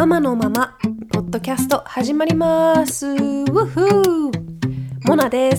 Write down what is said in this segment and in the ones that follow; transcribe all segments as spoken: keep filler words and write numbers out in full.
マのままポッドキャスト始まります。ウッフーモナです。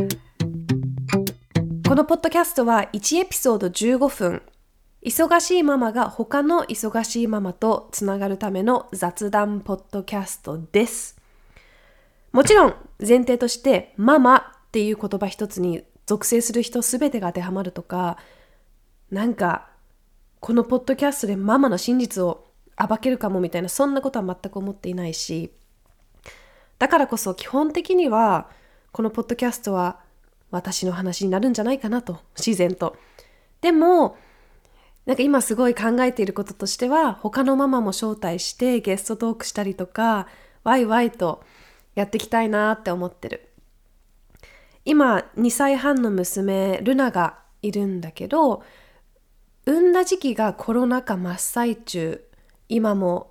このポッドキャストはいちエピソードじゅうごふん、忙しいママが他の忙しいママとつながるための雑談ポッドキャストです。もちろん前提としてママっていう言葉一つに属性する人すべてが当てはまるとか、なんかこのポッドキャストでママの真実を暴けるかもみたいな、そんなことは全く思っていないし、だからこそ基本的にはこのポッドキャストは私の話になるんじゃないかなと、自然と。でもなんか今すごい考えていることとしては、他のママも招待してゲストトークしたりとか、ワイワイとやっていきたいなって思ってる。今にさいはんの娘ルナがいるんだけど、産んだ時期がコロナ禍真っ最中。今も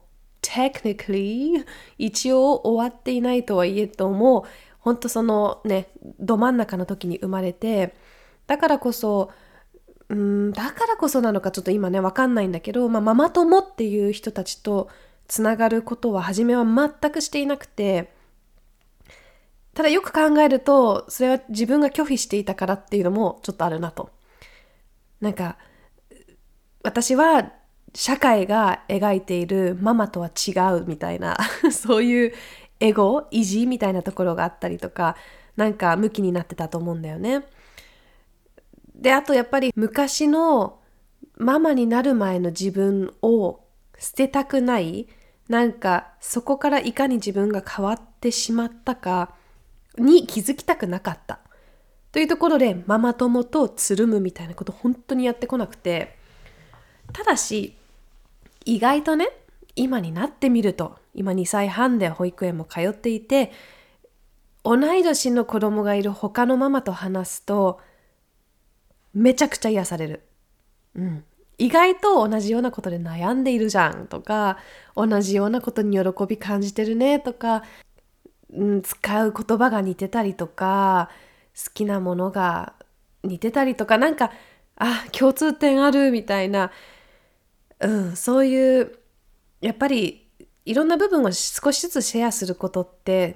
technically 一応終わっていないとはいえども、本当そのねど真ん中の時に生まれて、だからこそうーんだからこそなのかちょっと今ね分かんないんだけど、まあ、ママ友っていう人たちとつながることは初めは全くしていなくて、ただよく考えるとそれは自分が拒否していたからっていうのもちょっとあるなと。なんか私は社会が描いているママとは違うみたいなそういうエゴ、意地みたいなところがあったりとか、なんか向きになってたと思うんだよね。で、あとやっぱり昔のママになる前の自分を捨てたくない、なんかそこからいかに自分が変わってしまったかに気づきたくなかったというところで、ママ友とつるむみたいなこと本当にやってこなくて、ただし意外とね、今になってみると、今にさいはんで保育園も通っていて、同い年の子供がいる他のママと話すとめちゃくちゃ癒される、うん、意外と同じようなことで悩んでいるじゃんとか、同じようなことに喜び感じてるねとか、うん、使う言葉が似てたりとか、好きなものが似てたりとか、なんかあ共通点あるみたいな、うん、そういうやっぱりいろんな部分を少しずつシェアすることって、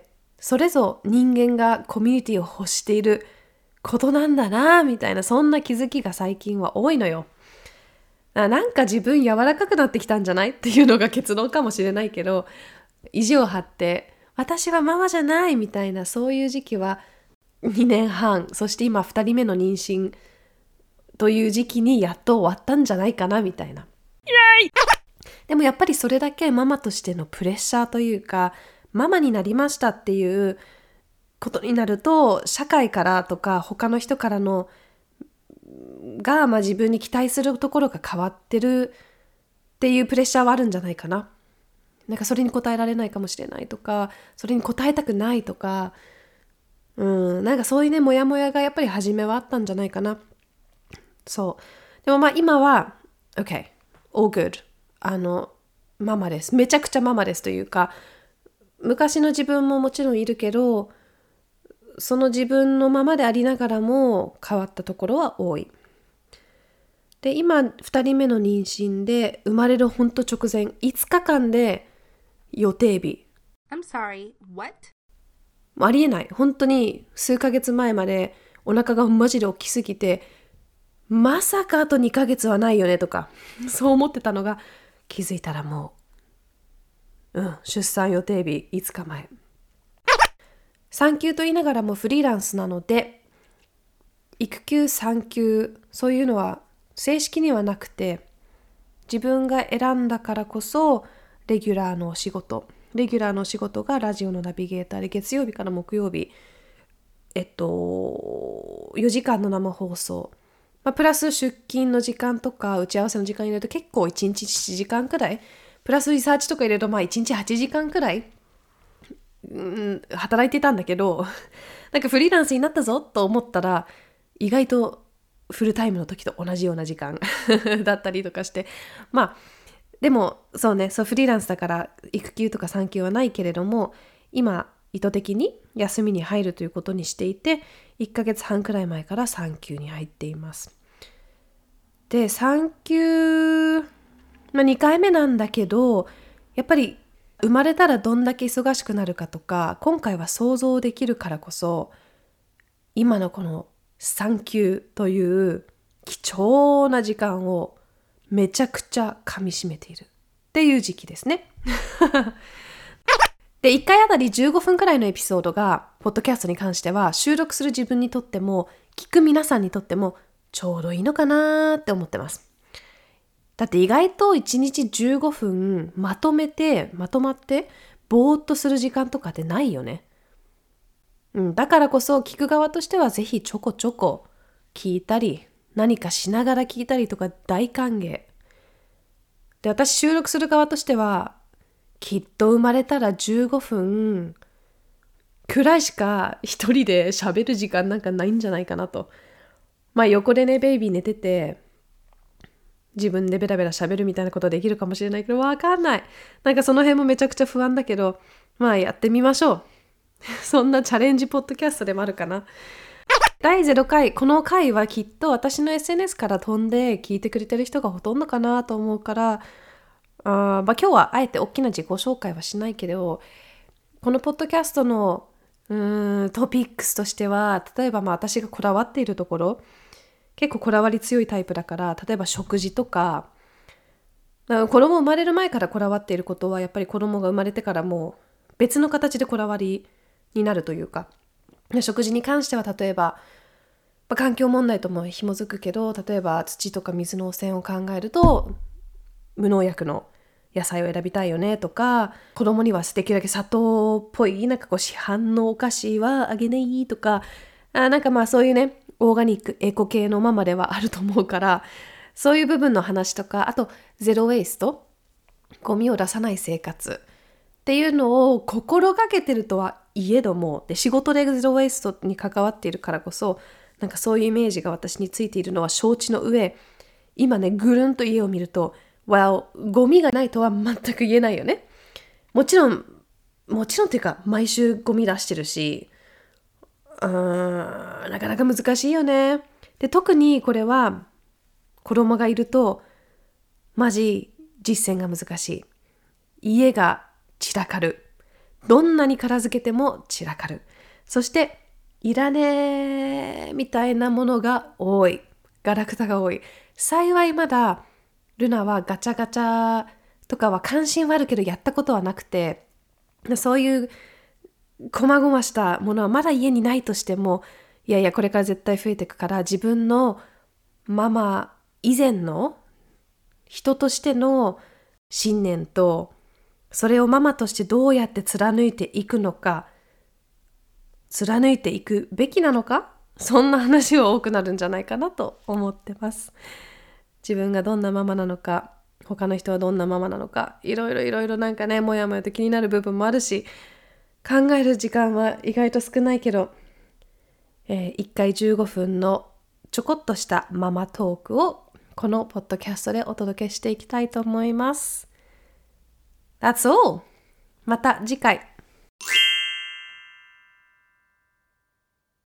それぞれ人間がコミュニティを欲していることなんだなみたいな、そんな気づきが最近は多いのよ。なんか自分柔らかくなってきたんじゃないっていうのが結論かもしれないけど、意地を張って私はママじゃないみたいな、そういう時期はにねんはん、そして今ふたりめの妊娠という時期にやっと終わったんじゃないかなみたいな。でもやっぱりそれだけママとしてのプレッシャーというか、ママになりましたっていうことになると、社会からとか他の人からのが、まあ、自分に期待するところが変わってるっていうプレッシャーはあるんじゃないかな。なんかそれに応えられないかもしれないとか、それに応えたくないとか、うん、なんかそういうねモヤモヤがやっぱり初めはあったんじゃないかな。そうでもまあ今は OK all good、 あのママです、めちゃくちゃママですというか、昔の自分ももちろんいるけど、その自分のままでありながらも変わったところは多い。で今ふたりめの妊娠で、生まれるほんと直前いつかかんで予定日、 I'm sorry, what? ありえない、本当に数ヶ月前までお腹がマジで大きすぎて、まさかあとにかげつはないよねとかそう思ってたのが、気づいたらもう、うん、出産予定日いつかまえ。産休と言いながらもフリーランスなので、育休産休そういうのは正式にはなくて、自分が選んだからこそレギュラーのお仕事、レギュラーのお仕事がラジオのナビゲーターで、月曜日から木曜日えっとよじかんの生放送、まあ、プラス出勤の時間とか打ち合わせの時間入れると結構いちにちしちじかんくらい、プラスリサーチとか入れるとまあいちにちはちじかんくらい、うん、働いてたんだけどなんかフリーランスになったぞと思ったら、意外とフルタイムの時と同じような時間だったりとかして、まあでもそうね、そうフリーランスだから育休とか産休はないけれども、今意図的に休みに入るということにしていて、いっかげつはんくらい前から産休に入っています。で産休、まあ、にかいめなんだけど、やっぱり生まれたらどんだけ忙しくなるかとか、今回は想像できるからこそ、今のこの産休という貴重な時間をめちゃくちゃ噛み締めているっていう時期ですね。で、いっかいあたりじゅうごふんくらいのエピソードが、ポッドキャストに関しては収録する自分にとっても、聞く皆さんにとってもちょうどいいのかなって思ってます。だって意外といちにちじゅうごふんまとめて、まとまってぼーっとする時間とかってないよね。うん、だからこそ聞く側としてはぜひちょこちょこ聞いたり、何かしながら聞いたりとか大歓迎。で、私収録する側としては、きっと生まれたらじゅうごふんくらいしか一人で喋る時間なんかないんじゃないかなと。まあ横でね、ベイビー寝てて、自分でベラベラ喋るみたいなことできるかもしれないけど、わかんない。なんかその辺もめちゃくちゃ不安だけど、まあやってみましょう。そんなチャレンジポッドキャストでもあるかな。だいゼロかい、この回はきっと私の エスエヌエス から飛んで聞いてくれてる人がほとんどかなと思うから、あまあ今日はあえて大きな自己紹介はしないけど、このポッドキャストのうーんトピックスとしては、例えばまあ私がこだわっているところ、結構こだわり強いタイプだから、例えば食事とか、子供生まれる前からこだわっていることは、やっぱり子供が生まれてからも別の形でこだわりになるというか、食事に関しては例えば、まあ、環境問題とも紐づくけど、例えば土とか水の汚染を考えると無農薬の野菜を選びたいよねとか、子供にはできるだけ砂糖っぽいなんかこう市販のお菓子はあげないとか、あなんかまあそういうねオーガニックエコ系のママではあると思うから、そういう部分の話とか、あとゼロウェイスト、ゴミを出さない生活っていうのを心がけてるとはいえども、で仕事でゼロウェイストに関わっているからこそ、なんかそういうイメージが私についているのは承知の上、今ねぐるんと家を見ると、well、ゴミがないとは全く言えないよね。もちろんもちろんっていうか毎週ゴミ出してるし、うーんなかなか難しいよね。で特にこれは子供がいるとマジ実践が難しい。家が散らかる。どんなに片付けても散らかる。そしていらねーみたいなものが多い。ガラクタが多い。幸いまだルナはガチャガチャとかは関心はあるけどやったことはなくて、そういう細々したものはまだ家にないとしても、いやいやこれから絶対増えていくから、自分のママ以前の人としての信念と、それをママとしてどうやって貫いていくのか、貫いていくべきなのか、そんな話は多くなるんじゃないかなと思ってます。自分がどんなママなのか、他の人はどんなママなのか、いろいろいろいろなんかね、もやもやと気になる部分もあるし、考える時間は意外と少ないけど、えー、いっかいじゅうごふんのちょこっとしたママトークをこのポッドキャストでお届けしていきたいと思います。That's all! また次回。